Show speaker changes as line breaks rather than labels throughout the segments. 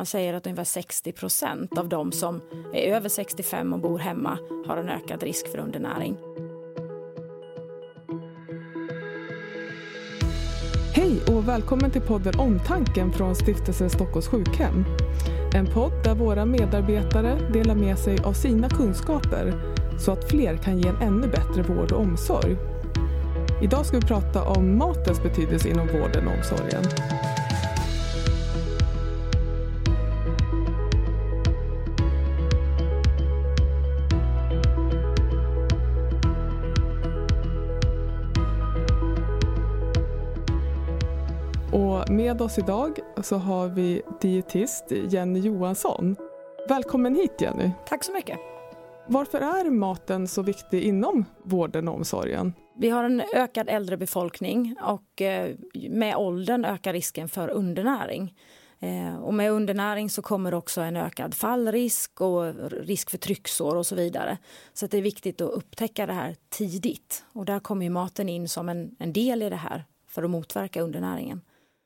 Man säger att ungefär 60% av de som är över 65 och bor hemma har en ökad risk för undernäring.
Hej och välkommen till podden Omtanken från Stiftelsen Stockholms sjukhem. En podd där våra medarbetare delar med sig av sina kunskaper så att fler kan ge en ännu bättre vård och omsorg. Idag ska vi prata om matens betydelse inom vården och omsorgen. Och med oss idag så har vi dietist Jenny Johansson. Välkommen hit, Jenny.
Tack så mycket.
Varför är maten så viktig inom vården och omsorgen?
Vi har en ökad äldre befolkning och med åldern ökar risken för undernäring. Och med undernäring så kommer också en ökad fallrisk och risk för trycksår och så vidare. Så att det är viktigt att upptäcka det här tidigt. Och där kommer ju maten in som en del i det här för att motverka undernäringen.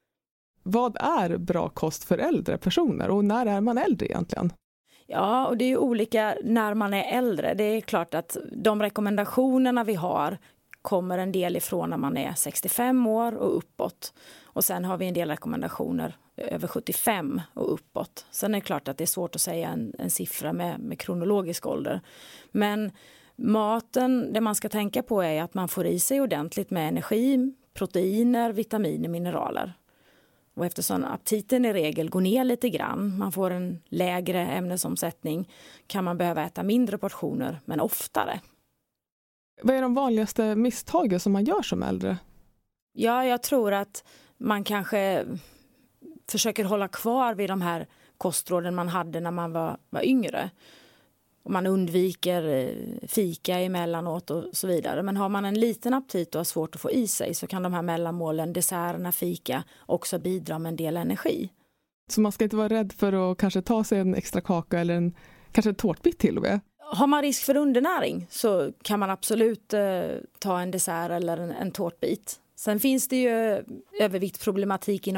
Vad
är bra kost för äldre personer och när är man äldre egentligen?
Ja, och det är ju olika när man är äldre. Det är klart att de rekommendationerna vi har kommer en del ifrån när man är 65 år och uppåt. Och sen har vi en del rekommendationer över 75 och uppåt. Sen är det klart att det är svårt att säga en siffra med kronologisk ålder. Men maten, det man ska tänka på är att man får i sig ordentligt med energi, proteiner, vitaminer, mineraler. Och eftersom aptiten i regel går ner lite grann, man får en lägre ämnesomsättning, kan man behöva äta mindre portioner men oftare.
Vad är de vanligaste misstagen som man gör som äldre?
Ja, jag tror att man kanske försöker hålla kvar vid de här kostråden man hade när man var yngre. Och man undviker fika emellanåt och så vidare. Men har man en liten aptit och har svårt att få i sig så kan de här mellanmålen, desserterna, fika också bidra med en del energi.
Så man ska inte vara rädd för att kanske ta sig en extra kaka eller kanske en tårtbit till och med?
Har man risk för undernäring så kan man absolut ta en dessert eller en tårtbit. Sen finns det ju överviktsproblematik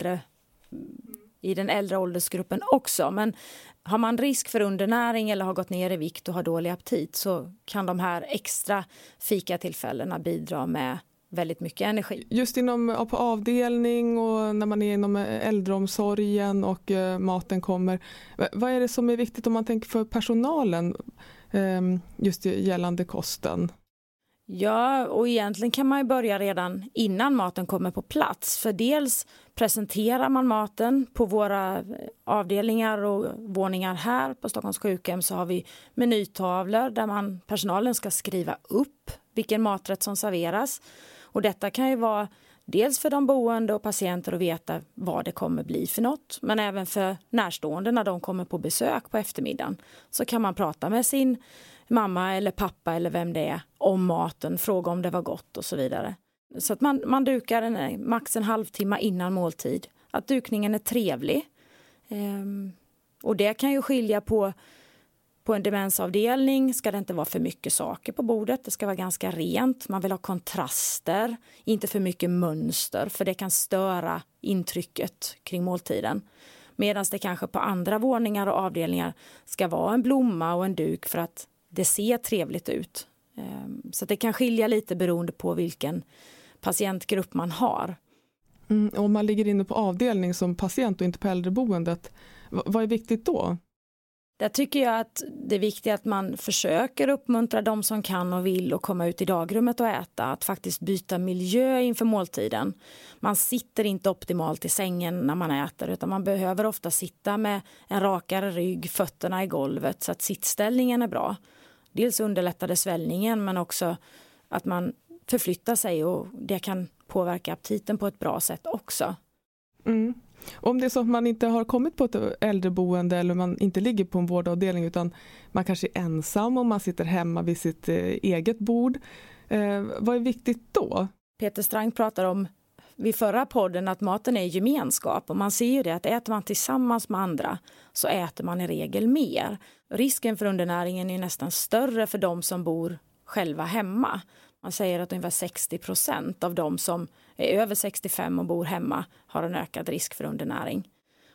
i den äldre åldersgruppen också. Men har man risk för undernäring eller har gått ner i vikt och har dålig aptit så kan de här extra fikatillfällena bidra med väldigt mycket energi.
Just på avdelning och när man är inom äldreomsorgen och maten kommer. Vad är det som är viktigt om man tänker för personalen just gällande kosten?
Ja, och egentligen kan man ju börja redan innan maten kommer på plats. För dels presenterar man maten på våra avdelningar och våningar här på Stockholms sjukhem så har vi menytavlor där personalen ska skriva upp vilken maträtt som serveras. Och detta kan ju vara dels för de boende och patienter att veta vad det kommer bli för något. Men även för närstående när de kommer på besök på eftermiddagen så kan man prata med sin mamma eller pappa eller vem det är om maten, fråga om det var gott och så vidare. Så att man dukar max en halvtimme innan måltid. Att dukningen är trevlig. Och det kan ju skilja på en demensavdelning ska det inte vara för mycket saker på bordet. Det ska vara ganska rent. Man vill ha kontraster, inte för mycket mönster för det kan störa intrycket kring måltiden. Medan det kanske på andra våningar och avdelningar ska vara en blomma och en duk för att det ser trevligt ut. Så det kan skilja lite beroende på vilken patientgrupp man har.
Om man ligger inne på avdelning som patient och inte på äldreboendet, vad är viktigt då?
Där tycker jag att det är viktigt att man försöker uppmuntra de som kan och vill och komma ut i dagrummet och äta. Att faktiskt byta miljö inför måltiden. Man sitter inte optimalt i sängen när man äter utan man behöver ofta sitta med en rakare rygg, fötterna i golvet så att sittställningen är bra. Dels underlättar det svällningen men också att man förflyttar sig och det kan påverka aptiten på ett bra sätt också.
Mm. Om det är så att man inte har kommit på ett äldreboende eller man inte ligger på en vårdavdelning utan man kanske är ensam och man sitter hemma vid sitt eget bord. Vad är viktigt då?
Peter Strang pratar om vid förra podden att maten är gemenskap och man ser ju det att äter man tillsammans med andra så äter man i regel mer. Risken för undernäringen är nästan större för de som bor själva hemma. Man säger att ungefär 60% av de som är över 65 och bor hemma har en ökad risk för undernäring.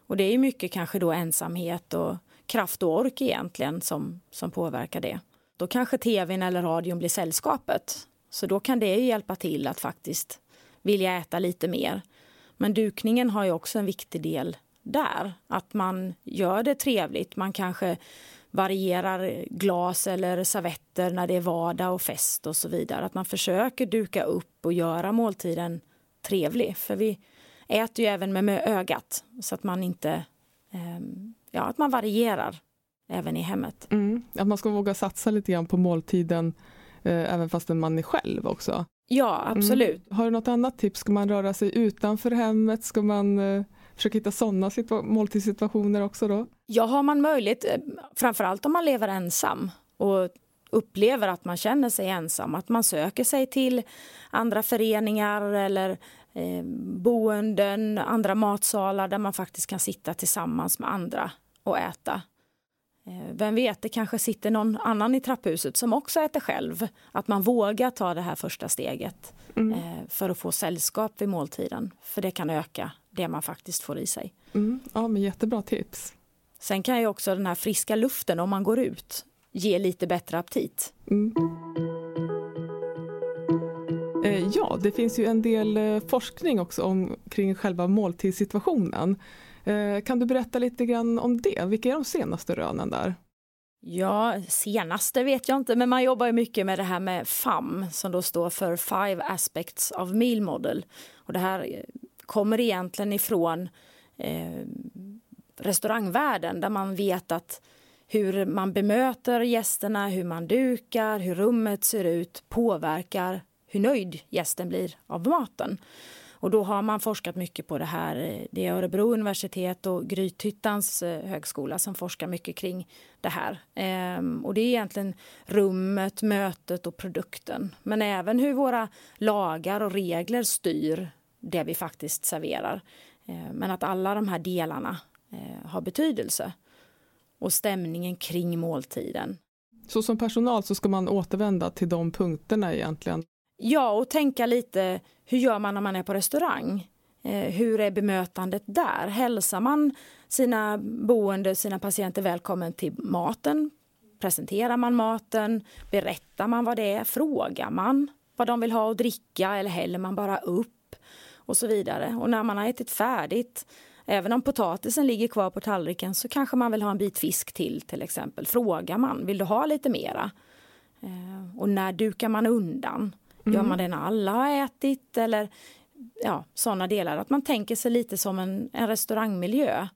Och det är ju mycket kanske då ensamhet och kraft och ork egentligen som påverkar det. Då kanske tvn eller radion blir sällskapet. Så då kan det ju hjälpa till att faktiskt vilja äta lite mer. Men dukningen har ju också en viktig del där. Att man gör det trevligt. Man kanske varierar glas eller servetter när det är vardag och fest och så vidare. Att man försöker duka upp och göra måltiden trevlig. För vi äter ju även med ögat så att man inte, att man varierar även i hemmet.
Att man ska våga satsa lite grann på måltiden även fast man är själv också.
Ja, absolut.
Har du något annat tips? Ska man röra sig utanför hemmet? Ska man försöka hitta sådana måltidssituationer också då? Ja,
har man möjlighet, framförallt om man lever ensam och upplever att man känner sig ensam, att man söker sig till andra föreningar eller boenden, andra matsalar där man faktiskt kan sitta tillsammans med andra och äta. Vem vet, det kanske sitter någon annan i trapphuset som också äter själv. Att man vågar ta det här första steget för att få sällskap vid måltiden. För det kan öka det man faktiskt får i sig.
Ja, men jättebra tips.
Sen kan ju också den här friska luften om man går ut ge lite bättre aptit.
Ja, det finns ju en del forskning också kring själva måltidssituationen. Kan du berätta lite grann om det? Vilka är de senaste rönen där?
Ja, senaste vet jag inte, men man jobbar ju mycket med det här med FAM som då står för 5 Aspects of Meal Model. Och det här kommer egentligen ifrån restaurangvärlden där man vet att hur man bemöter gästerna, hur man dukar, hur rummet ser ut påverkar hur nöjd gästen blir av maten. Och då har man forskat mycket på det här. Det är Örebro universitet och Grythyttans högskola som forskar mycket kring det här. Och det är egentligen rummet, mötet och produkten. Men även hur våra lagar och regler styr det vi faktiskt serverar. Men att alla de här delarna har betydelse. Och stämningen kring måltiden.
Så som personal så ska man återvända till de punkterna egentligen?
Ja, och tänka lite, hur gör man när man är på restaurang? Hur är bemötandet där? Hälsar man sina boende, sina patienter välkommen till maten? Presenterar man maten? Berättar man vad det är? Frågar man vad de vill ha att dricka? Eller häller man bara upp? Och så vidare. Och när man har ätit färdigt, även om potatisen ligger kvar på tallriken så kanske man vill ha en bit fisk till exempel. Frågar man, vill du ha lite mera? Och när dukar man undan? Gör man det när alla har ätit eller sådana delar? Att man tänker sig lite som en restaurangmiljö.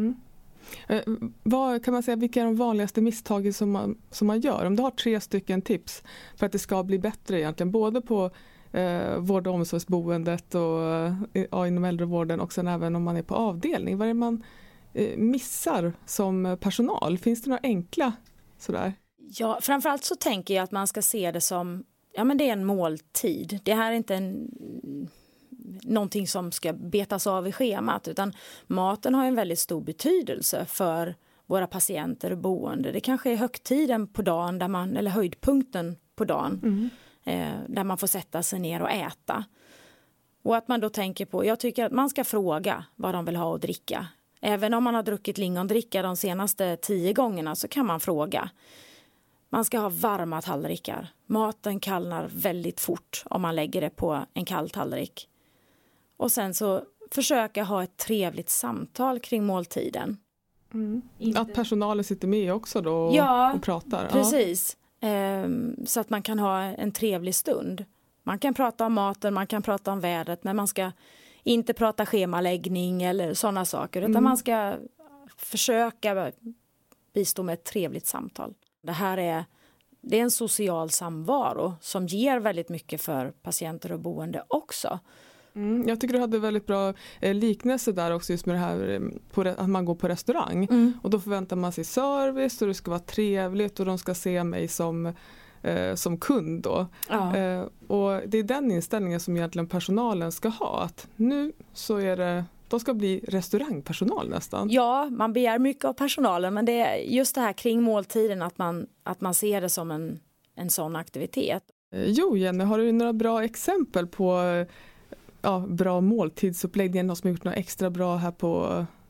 Vad kan man säga, vilka är de vanligaste misstagen som man gör? Om du har 3 stycken tips för att det ska bli bättre egentligen, både på vård- och omsorgsboendet och inom äldrevården och sen även om man är på avdelning. Vad är det man missar som personal? Finns det några enkla sådär?
Ja, framförallt så tänker jag att man ska se det som men det är en måltid. Det här är inte någonting som ska betas av i schemat utan maten har en väldigt stor betydelse för våra patienter och boende. Det kanske är högtiden på dagen eller höjdpunkten på dagen där man får sätta sig ner och äta. Och att man då tänker på, jag tycker att man ska fråga vad de vill ha att dricka. Även om man har druckit lingondricka de senaste 10 gångerna så kan man fråga. Man ska ha varma tallrikar. Maten kallnar väldigt fort om man lägger det på en kall tallrik. Och sen så försöka ha ett trevligt samtal kring måltiden.
Att personalen sitter med också då och pratar.
Precis. Så att man kan ha en trevlig stund. Man kan prata om maten, man kan prata om vädret, men man ska inte prata schemaläggning eller sådana saker. Utan man ska försöka bistå med ett trevligt samtal. Det är en social samvaro som ger väldigt mycket för patienter och boende också.
Jag tycker du hade väldigt bra liknelse där också just med det här att man går på restaurang. Och då förväntar man sig service och det ska vara trevligt och de ska se mig som kund då. Och det är den inställningen som egentligen personalen ska ha. Att nu så är det... De ska bli restaurangpersonal nästan. Ja,
man begär mycket av personalen men det är just det här kring måltiden att man ser det som en sån aktivitet.
Jo Jenny, har du några bra exempel på bra måltidsuppläggningar, någon som har gjort något extra bra här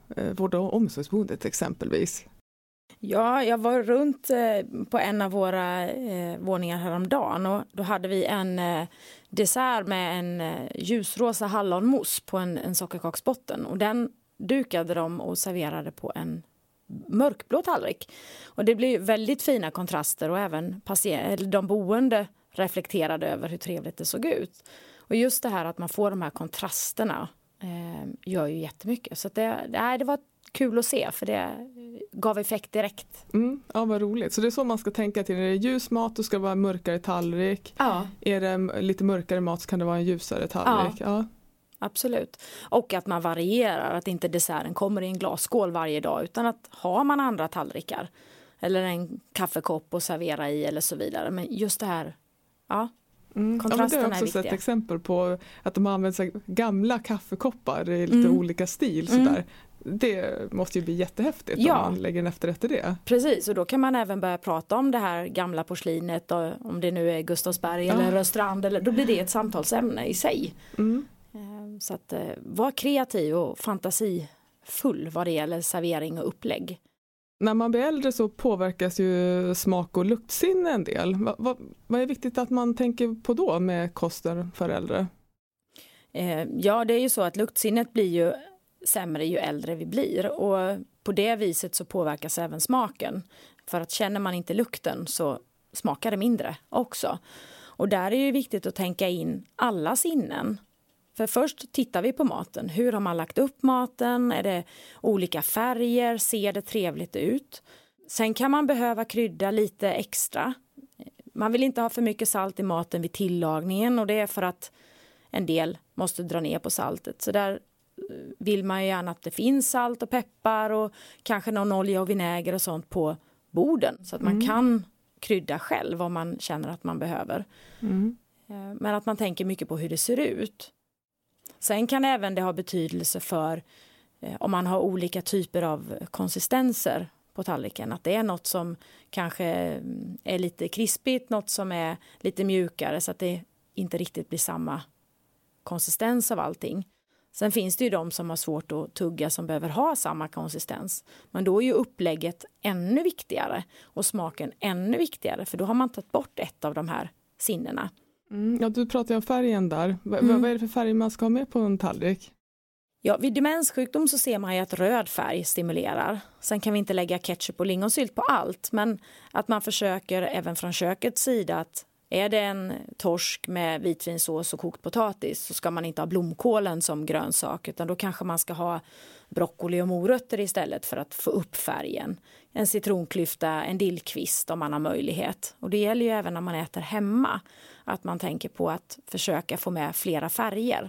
vård- och omsorgsboendet exempelvis?
Ja, jag var runt på en av våra våningar häromdagen och då hade vi en dessert med en ljusrosa hallonmousse på en sockerkaksbotten och den dukade de och serverade på en mörkblå tallrik. Och det blev väldigt fina kontraster och även de boende reflekterade över hur trevligt det såg ut. Och just det här att man får de här kontrasterna gör ju jättemycket. Så att det var kul att se för det gav effekt direkt.
Ja, vad roligt. Så det är så man ska tänka till. När det är ljus mat då ska det vara en mörkare tallrik.
Ja.
Är det lite mörkare mat så kan det vara en ljusare tallrik. Ja.
Absolut. Och att man varierar, att inte desserten kommer i en glasskål varje dag utan att har man andra tallrikar eller en kaffekopp att servera i eller så vidare. Men just det här, kontrasterna
det har jag också sett exempel på att de använder gamla kaffekoppar i lite olika stil. Sådär. Det måste ju bli jättehäftigt om man lägger en efterrätt i det.
Precis, och då kan man även börja prata om det här gamla porslinet och om det nu är Gustavsberg eller Röstrand, eller då blir det ett samtalsämne i sig. Så att var kreativ och fantasifull vad det gäller servering och upplägg.
När man blir äldre så påverkas ju smak- och luktsinne en del. Vad är viktigt att man tänker på då med kosten för äldre?
Ja, det är ju så att luktsinnet blir ju sämre ju äldre vi blir och på det viset så påverkas även smaken. För att känner man inte lukten så smakar det mindre också. Och där är det ju viktigt att tänka in alla sinnen. För först tittar vi på maten. Hur har man lagt upp maten? Är det olika färger? Ser det trevligt ut? Sen kan man behöva krydda lite extra. Man vill inte ha för mycket salt i maten vid tillagningen och det är för att en del måste dra ner på saltet. Så där vill man ju gärna att det finns salt och peppar och kanske någon olja och vinäger och sånt på borden. Så att man kan krydda själv om man känner att man behöver. Men att man tänker mycket på hur det ser ut. Sen kan även det ha betydelse för om man har olika typer av konsistenser på tallriken. Att det är något som kanske är lite krispigt, något som är lite mjukare så att det inte riktigt blir samma konsistens av allting. Sen finns det ju de som har svårt att tugga som behöver ha samma konsistens. Men då är ju upplägget ännu viktigare och smaken ännu viktigare för då har man tagit bort ett av de här sinnena.
Ja, du pratar om färgen där. Vad är det för färg man ska ha med på en tallrik?
Ja, vid demenssjukdom så ser man ju att röd färg stimulerar. Sen kan vi inte lägga ketchup och lingonsylt på allt. Men att man försöker även från kökets sida att är det en torsk med vitvinsås och kokt potatis så ska man inte ha blomkålen som grönsak. Utan då kanske man ska ha broccoli och morötter istället för att få upp färgen. En citronklyfta, en dillkvist om man har möjlighet. Och det gäller ju även när man äter hemma. Att man tänker på att försöka få med flera färger.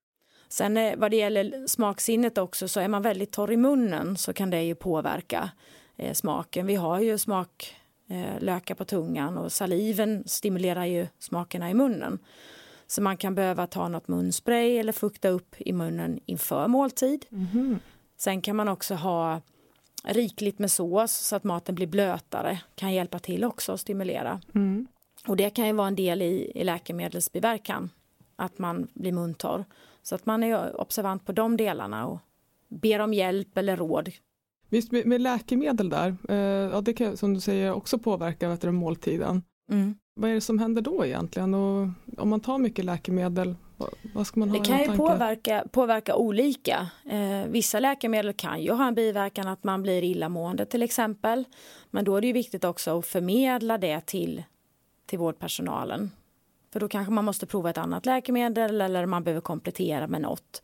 Sen vad det gäller smaksinnet också så är man väldigt torr i munnen så kan det ju påverka smaken. Vi har ju smaklökar på tungan och saliven stimulerar ju smakerna i munnen. Så man kan behöva ta något munspray eller fukta upp i munnen inför måltid. Sen kan man också ha rikligt med sås så att maten blir blötare. Kan hjälpa till också att stimulera. Och det kan ju vara en del i läkemedelsbiverkan. Att man blir muntorr. Så att man är observant på de delarna och ber om hjälp eller råd.
Visst med läkemedel där, ja, det kan som du säger också påverka måltiden. Vad är det som händer då egentligen? Och om man tar mycket läkemedel, vad ska man ha i tanke?
Det kan ju påverka olika. Vissa läkemedel kan ju ha en biverkan att man blir illamående till exempel. Men då är det ju viktigt också att förmedla det till vårdpersonalen. För då kanske man måste prova ett annat läkemedel eller man behöver komplettera med något.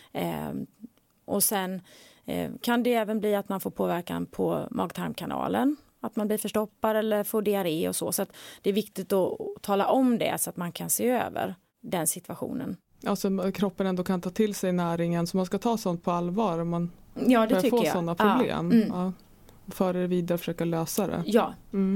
Och sen kan det även bli att man får påverkan på mag-tarmkanalen. Att man blir förstoppad eller får diarré och så. Så att det är viktigt att tala om det så att man kan se över den situationen.
Alltså kroppen ändå kan ta till sig näringen så man ska ta sånt på allvar om man får sådana problem. Ja. Föra det vidare och försöka lösa det.
Ja.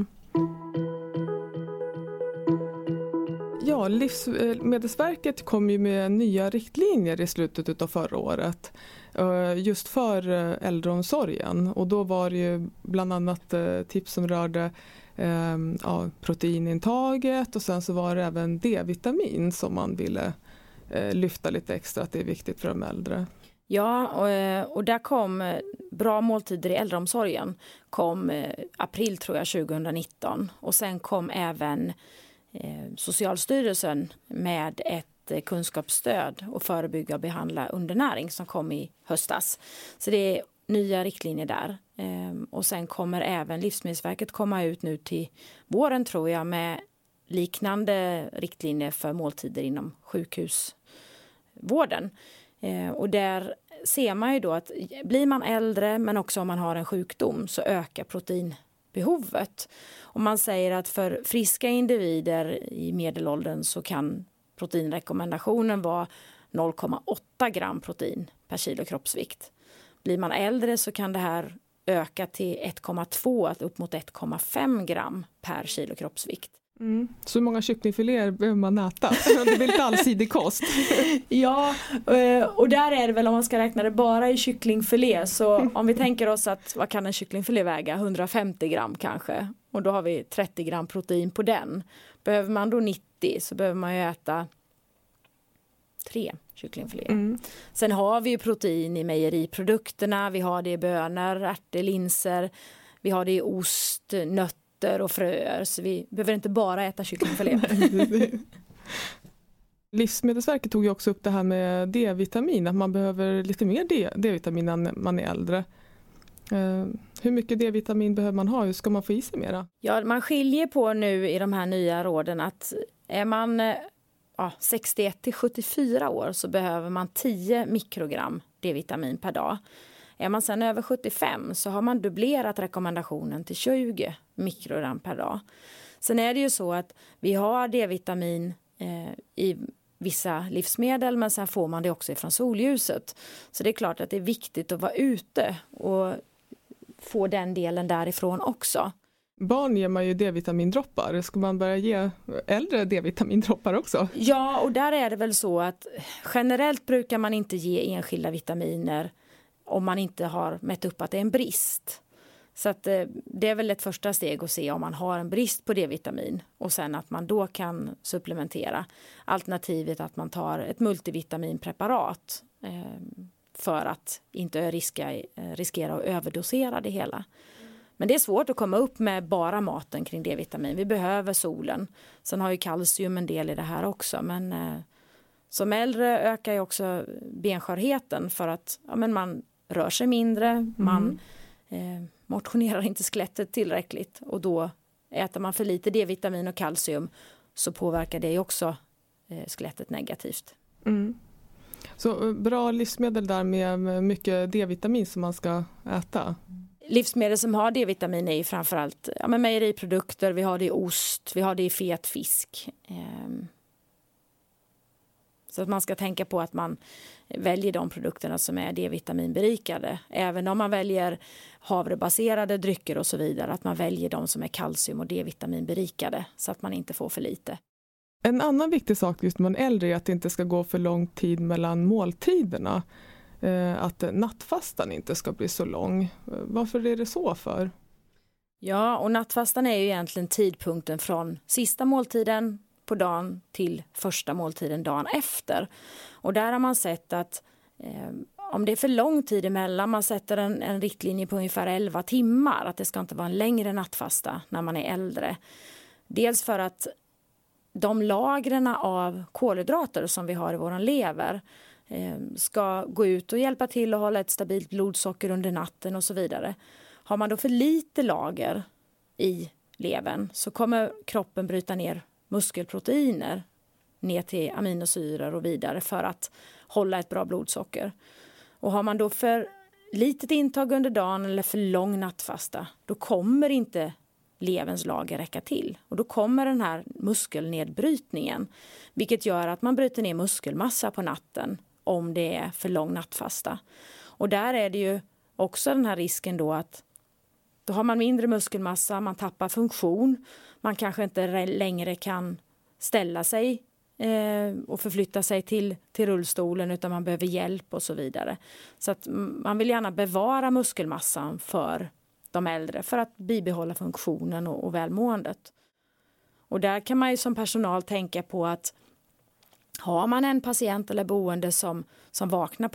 Ja, Livsmedelsverket kom ju med nya riktlinjer i slutet av förra året just för äldreomsorgen. Och då var det ju bland annat tips som rörde proteinintaget och sen så var det även D-vitamin som man ville lyfta lite extra att det är viktigt för de äldre.
Ja, och där kom bra måltider i äldreomsorgen. Kom april tror jag 2019. Och sen kom även Socialstyrelsen med ett kunskapsstöd och förebygga och behandla undernäring som kom i höstas. Så det är nya riktlinjer där. Och sen kommer även Livsmedelsverket komma ut nu till våren tror jag med liknande riktlinjer för måltider inom sjukhusvården. Och där ser man ju då att blir man äldre men också om man har en sjukdom så ökar proteinbehovet. Och man säger att för friska individer i medelåldern så kan proteinrekommendationen vara 0,8 gram protein per kilo kroppsvikt. Blir man äldre så kan det här öka till 1,2 upp mot 1,5 gram per kilo kroppsvikt.
Så hur många kycklingfiléer behöver man äta? Det blir lite allsidig kost.
Ja, och där är det väl om man ska räkna det bara i kycklingfilé. Så om vi tänker oss att vad kan en kycklingfilé väga? 150 gram kanske. Och då har vi 30 gram protein på den. Behöver man då 90 så behöver man ju äta 3 kycklingfiléer. Sen har vi ju protein i mejeriprodukterna. Vi har det i bönor, ärtor, linser. Vi har det i ost, nötter och fröer. Så vi behöver inte bara äta kycklingfilé.
Livsmedelsverket tog ju också upp det här med D-vitamin. Att man behöver lite mer D-vitamin när man är äldre. Hur mycket D-vitamin behöver man ha? Hur ska man få i sig mera?
Ja, man skiljer på nu i de här nya råden att är man 61 till 74 år så behöver man 10 mikrogram D-vitamin per dag. Är man sedan över 75 så har man dubblerat rekommendationen till 20 mikrogram per dag. Sen är det ju så att vi har D-vitamin i vissa livsmedel men sen får man det också från solljuset. Så det är klart att det är viktigt att vara ute och få den delen därifrån också.
Barn ger man ju D-vitamindroppar. Ska man börja ge äldre D-vitamindroppar också? Ja,
och där är det väl så att generellt brukar man inte ge enskilda vitaminer om man inte har mätt upp att det är en brist. Så att det är väl ett första steg att se om man har en brist på D-vitamin och sen att man då kan supplementera. Alternativet att man tar ett multivitaminpreparat för att inte riskera att överdosera det hela. Men det är svårt att komma upp med bara maten kring D-vitamin. Vi behöver solen. Sen har ju kalcium en del i det här också. Men som äldre ökar ju också benskörheten för att man rör sig mindre. Man motionerar inte skelettet tillräckligt. Och då äter man för lite D-vitamin och kalcium så påverkar det också skelettet negativt.
Så bra livsmedel där med mycket D-vitamin som man ska äta?
Livsmedel som har D-vitamin är ju framförallt mejeriprodukter, vi har det i ost, vi har det i fet fisk. Så att man ska tänka på att man väljer de produkterna som är D-vitaminberikade. Även om man väljer havrebaserade drycker och så vidare, att man väljer de som är kalcium- och D-vitaminberikade så att man inte får för lite.
En annan viktig sak just när man är äldre är att det inte ska gå för lång tid mellan måltiderna. Att nattfastan inte ska bli så lång. Varför är det så för?
Ja, och nattfastan är ju egentligen tidpunkten från sista måltiden på dagen till första måltiden dagen efter. Och där har man sett att om det är för lång tid emellan, man sätter en riktlinje på ungefär 11 timmar, att det ska inte vara en längre nattfasta när man är äldre. Dels för att de lagren av kolhydrater som vi har i våran lever ska gå ut och hjälpa till att hålla ett stabilt blodsocker under natten och så vidare. Har man då för lite lager i levern så kommer kroppen bryta ner muskelproteiner ner till aminosyror och vidare för att hålla ett bra blodsocker. Och har man då för litet intag under dagen eller för lång nattfasta, då kommer inte leverns lager räcka till. Och då kommer den här muskelnedbrytningen, vilket gör att man bryter ner muskelmassa på natten om det är för lång nattfasta. Och där är det ju också den här risken då att då har man mindre muskelmassa, man tappar funktion, man kanske inte längre kan ställa sig och förflytta sig till rullstolen utan man behöver hjälp och så vidare. Så att man vill gärna bevara muskelmassan för de äldre för att bibehålla funktionen och välmåendet. Och där kan man ju som personal tänka på att har man en patient eller boende som vaknar på natten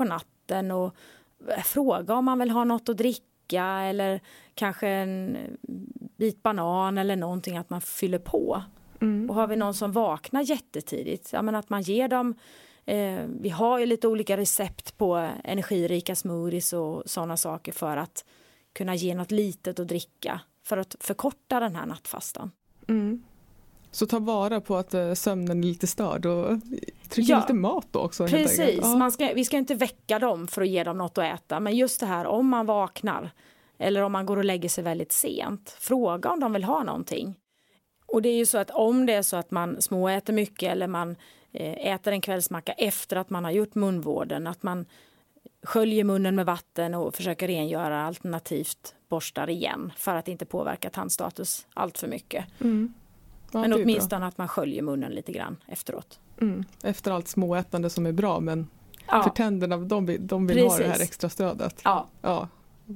vatten och fråga om man vill ha något att dricka eller kanske en bit banan eller någonting, att man fyller på. Och har vi någon som vaknar jättetidigt, ja, men att man ger dem, vi har ju lite olika recept på energirika smoothies och sådana saker för att kunna ge något litet att dricka för att förkorta den här nattfastan.
Så ta vara på att sömnen är lite störd och trycka lite mat då också.
Precis, vi ska inte väcka dem för att ge dem något att äta, men just det här om man vaknar eller om man går och lägger sig väldigt sent, fråga om de vill ha någonting. Och det är ju så att om det är så att man småäter mycket eller man äter en kvällsmacka efter att man har gjort munvården, att man sköljer munnen med vatten och försöker rengöra, alternativt borstar igen för att inte påverka tandstatus allt för mycket. Ja, men åtminstone att man sköljer munnen lite grann efteråt.
Efter allt småätande som är bra, men för tänderna, de vill ha det här extra stödet. Ja.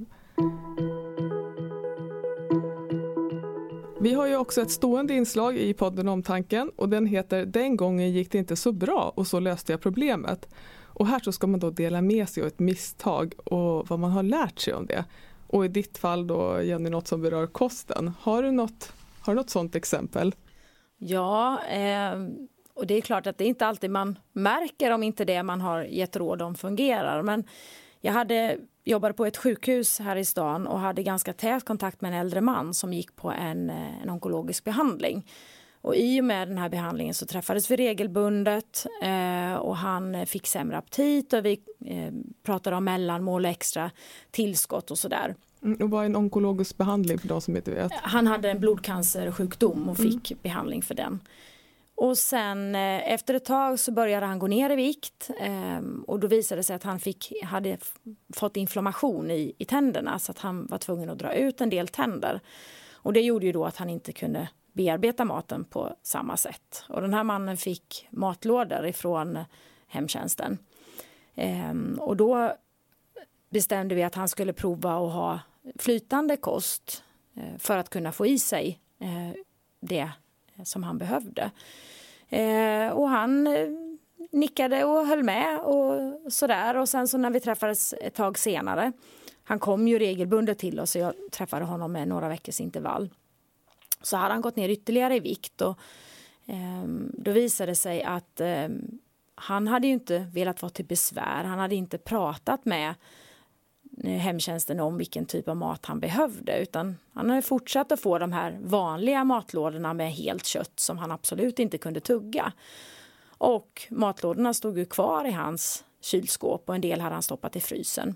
Vi har ju också ett stående inslag i podden Omtanken och den heter Den gången gick det inte så bra och så löste jag problemet. Och här så ska man då dela med sig av ett misstag och vad man har lärt sig om det. Och i ditt fall då, Jenny, något som berör kosten. Har du något sånt exempel?
Ja, och det är klart att det är inte alltid man märker om inte det man har gett råd om fungerar. Men jag jobbade på ett sjukhus här i stan och hade ganska tät kontakt med en äldre man som gick på en onkologisk behandling. Och i och med den här behandlingen så träffades vi regelbundet och han fick sämre aptit och vi pratade om mellanmål och extra tillskott och sådär.
Och vad är en onkologisk behandling för de som inte vet?
Han hade en blodcancersjukdom och fick behandling för den. Och sen efter ett tag så började han gå ner i vikt och då visade det sig att han hade fått inflammation i tänderna så att han var tvungen att dra ut en del tänder. Och det gjorde ju då att han inte kunde bearbeta maten på samma sätt. Och den här mannen fick matlådor ifrån hemtjänsten. Och då bestämde vi att han skulle prova att ha flytande kost för att kunna få i sig det som han behövde. Och han nickade och höll med och sådär. Och sen så när vi träffades ett tag senare, han kom ju regelbundet till oss och jag träffade honom med några veckors intervall. Så hade han gått ner ytterligare i vikt och då visade det sig att han hade ju inte velat vara till besvär. Han hade inte pratat med hemtjänsten om vilken typ av mat han behövde, utan han hade fortsatt att få de här vanliga matlådorna med helt kött som han absolut inte kunde tugga. Och matlådorna stod ju kvar i hans kylskåp och en del hade han stoppat i frysen.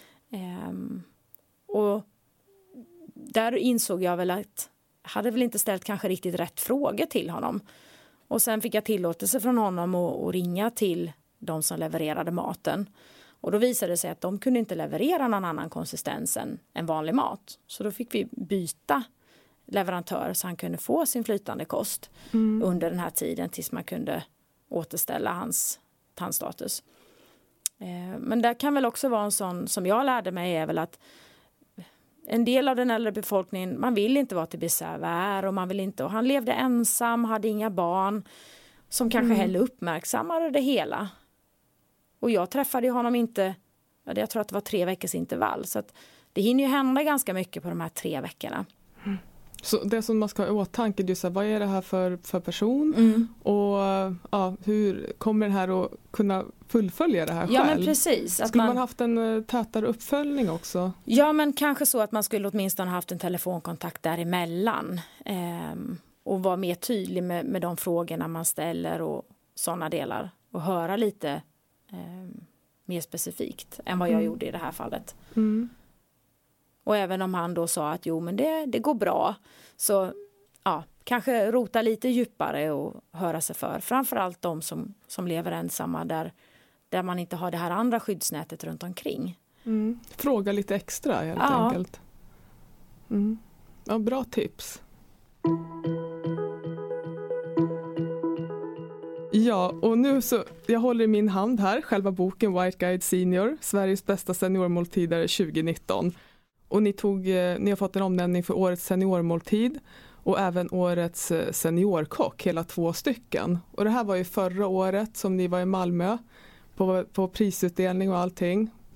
Och där insåg jag väl att jag hade väl inte ställt kanske riktigt rätt frågor till honom. Och sen fick jag tillåtelse från honom att ringa till de som levererade maten. Och då visade det sig att de kunde inte leverera någon annan konsistens än vanlig mat. Så då fick vi byta leverantör så han kunde få sin flytande kost under den här tiden tills man kunde återställa hans tandstatus. Men det kan väl också vara en sån som jag lärde mig är väl att en del av den äldre befolkningen, man vill inte vara till besvär och man vill inte, och han levde ensam, hade inga barn som kanske heller uppmärksammade det hela. Och jag träffade honom inte, jag tror att det var 3 veckors intervall. Så att det hinner ju hända ganska mycket på de här 3 veckorna.
Så det som man ska ha i åtanke, det är så här, vad är det här för person? Och hur kommer den här att kunna fullfölja det här själv?
Ja, men precis.
Skulle man haft en tätare uppföljning också?
Ja, men kanske så att man skulle åtminstone haft en telefonkontakt däremellan. Och vara mer tydlig med de frågorna man ställer och sådana delar. Och höra lite mer specifikt än vad jag gjorde i det här fallet. Och även om han då sa att jo men det går bra, så kanske rota lite djupare och höra sig för. Framförallt de som lever ensamma där man inte har det här andra skyddsnätet runt omkring.
Fråga lite extra helt enkelt. Ja, bra tips. Ja, och nu så, jag håller i min hand här själva boken White Guide Senior, Sveriges bästa seniormåltider 2019. Och ni har fått en omnämning för årets seniormåltid och även årets seniorkock, hela 2 stycken. Och det här var ju förra året som ni var i Malmö på prisutdelning och allting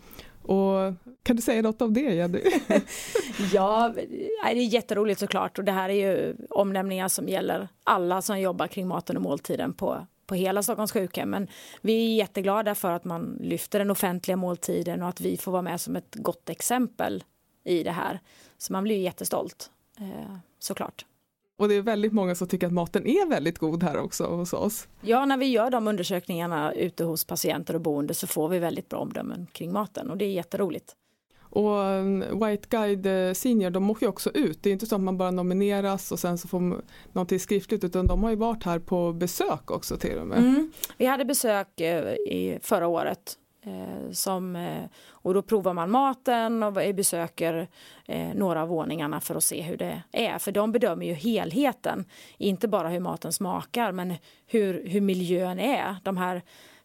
Och kan du säga något om det, Jenny?
Ja, det är jätteroligt såklart, och det här är ju omnämningar som gäller alla som jobbar kring maten och måltiden på hela Stockholms sjukhem. Men vi är jätteglada för att man lyfter den offentliga måltiden och att vi får vara med som ett gott exempel i det här. Så man blir ju jättestolt, såklart.
Och det är väldigt många som tycker att maten är väldigt god här också hos oss.
Ja, när vi gör de undersökningarna ute hos patienter och boende så får vi väldigt bra omdömen kring maten, och det är jätteroligt.
Och White Guide Senior, de åker ju också ut. Det är inte så att man bara nomineras och sen så får någonting skriftligt, utan de har ju varit här på besök också till och med.
Vi hade besök förra året. Och då provar man maten och besöker några av våningarna för att se hur det är. För de bedömer ju helheten, inte bara hur maten smakar, men hur miljön är. De här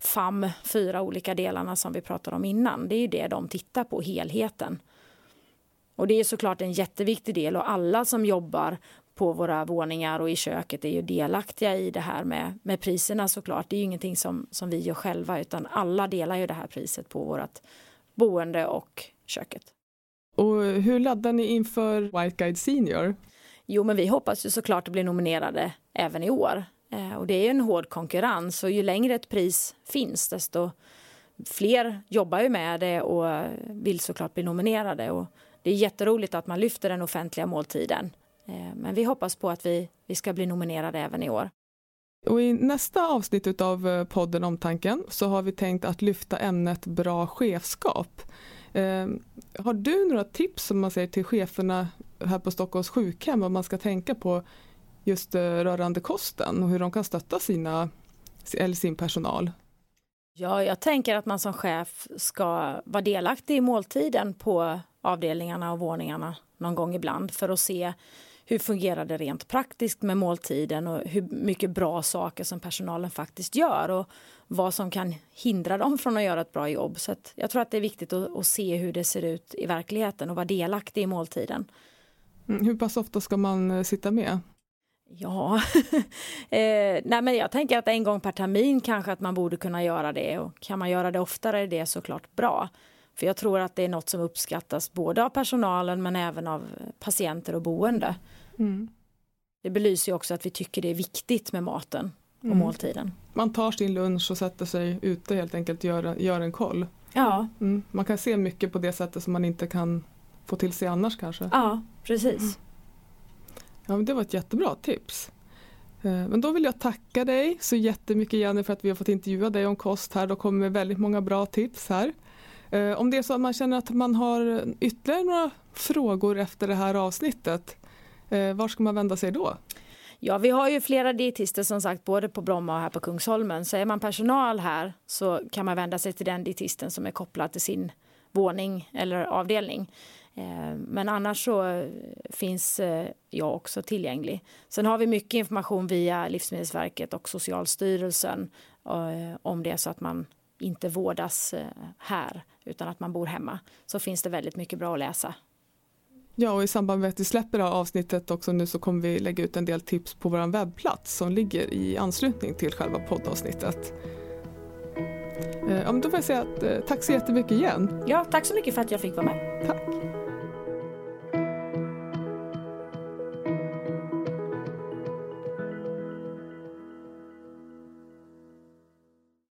4 olika delarna som vi pratade om innan, det är ju det de tittar på, helheten. Och det är såklart en jätteviktig del, och alla som jobbar på våra våningar och i köket är ju delaktiga i det här med priserna såklart. Det är ju ingenting som vi gör själva, utan alla delar ju det här priset på vårt boende och köket.
Och hur laddar ni inför White Guide Senior?
Jo, men vi hoppas ju såklart att bli nominerade även i år. Och det är ju en hård konkurrens, och ju längre ett pris finns desto fler jobbar ju med det och vill såklart bli nominerade. Och det är jätteroligt att man lyfter den offentliga måltiden. Men vi hoppas på att vi ska bli nominerade även i år.
Och i nästa avsnitt av podden Omtanken så har vi tänkt att lyfta ämnet bra chefskap. Har du några tips som man säger till cheferna här på Stockholms sjukhem, vad man ska tänka på just rörande kosten och hur de kan stötta sin personal?
Ja, jag tänker att man som chef ska vara delaktig i måltiden på avdelningarna och våningarna någon gång ibland, för att se hur fungerar det rent praktiskt med måltiden och hur mycket bra saker som personalen faktiskt gör och vad som kan hindra dem från att göra ett bra jobb. Så att jag tror att det är viktigt att se hur det ser ut i verkligheten och vara delaktig i måltiden.
Hur pass ofta ska man sitta med?
Ja, nej, men jag tänker att en gång per termin kanske att man borde kunna göra det, och kan man göra det oftare är det såklart bra. För jag tror att det är något som uppskattas både av personalen men även av patienter och boende. Det belyser ju också att vi tycker det är viktigt med maten och måltiden. Man
tar sin lunch och sätter sig ute helt enkelt, gör en koll.
Ja.
Man kan se mycket på det sättet som man inte kan få till sig annars kanske.
Ja, precis.
Ja, men det var ett jättebra tips. Men då vill jag tacka dig så jättemycket, Jenny, för att vi har fått intervjua dig om kost här. Då kommer väldigt många bra tips här. Om det är så att man känner att man har ytterligare några frågor efter det här avsnittet, var ska man vända sig då? Ja, vi har ju flera dietister som sagt både på Bromma och här på Kungsholmen. Så är man personal här så kan man vända sig till den dietisten som är kopplad till sin våning eller avdelning. Men annars så finns jag också tillgänglig. Sen har vi mycket information via Livsmedelsverket och Socialstyrelsen om det så att man inte vårdas här utan att man bor hemma. Så finns det väldigt mycket bra att läsa. Ja, och i samband med att vi släpper det här avsnittet också nu så kommer vi lägga ut en del tips på vår webbplats som ligger i anslutning till själva poddavsnittet. Ja, men då får jag säga att tack så jättemycket igen. Ja, tack så mycket för att jag fick vara med. Tack.